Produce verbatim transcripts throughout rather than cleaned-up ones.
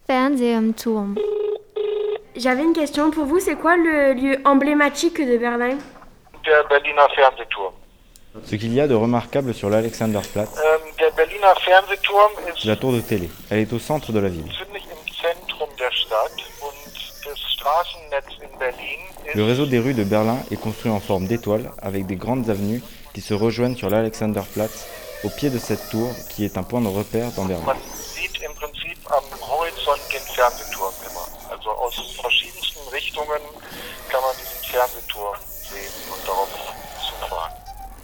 Fernsehturm. J'avais une question pour vous, c'est quoi le lieu emblématique de Berlin? Der Berliner Fernsehturm. Ce qu'il y a de remarquable sur l'Alexanderplatz, Ähm, der Berliner Fernsehturm ist c'est la tour de télé. Elle est au centre de la ville. ziemlich im Zentrum der Stadt und das Straßennetz in Berlin ist Le réseau des rues de Berlin est construit en forme d'étoile avec des grandes avenues qui se rejoignent sur l'Alexanderplatz au pied de cette tour qui est un point de repère dans Berlin. Man sieht im Prinzip am Horizont den Fernsehturm immer. Also aus verschiedensten Richtungen kann man diesen Fernsehturm sehen und darauf zufahren.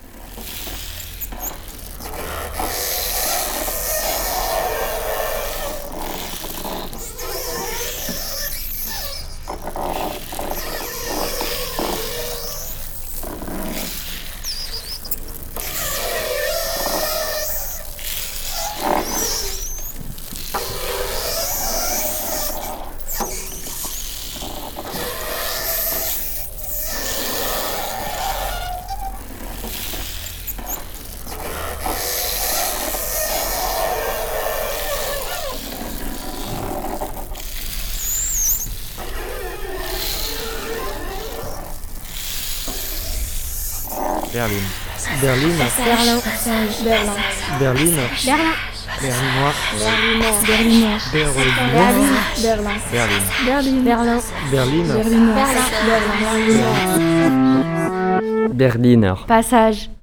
Berlin. Berliner. Berlin. Berlin. Berlin. Berlin. Berlinois. Berlin. Berlin. Berlin. Berlin. Berlin. Berliner. Berlin. Berliner. Passage.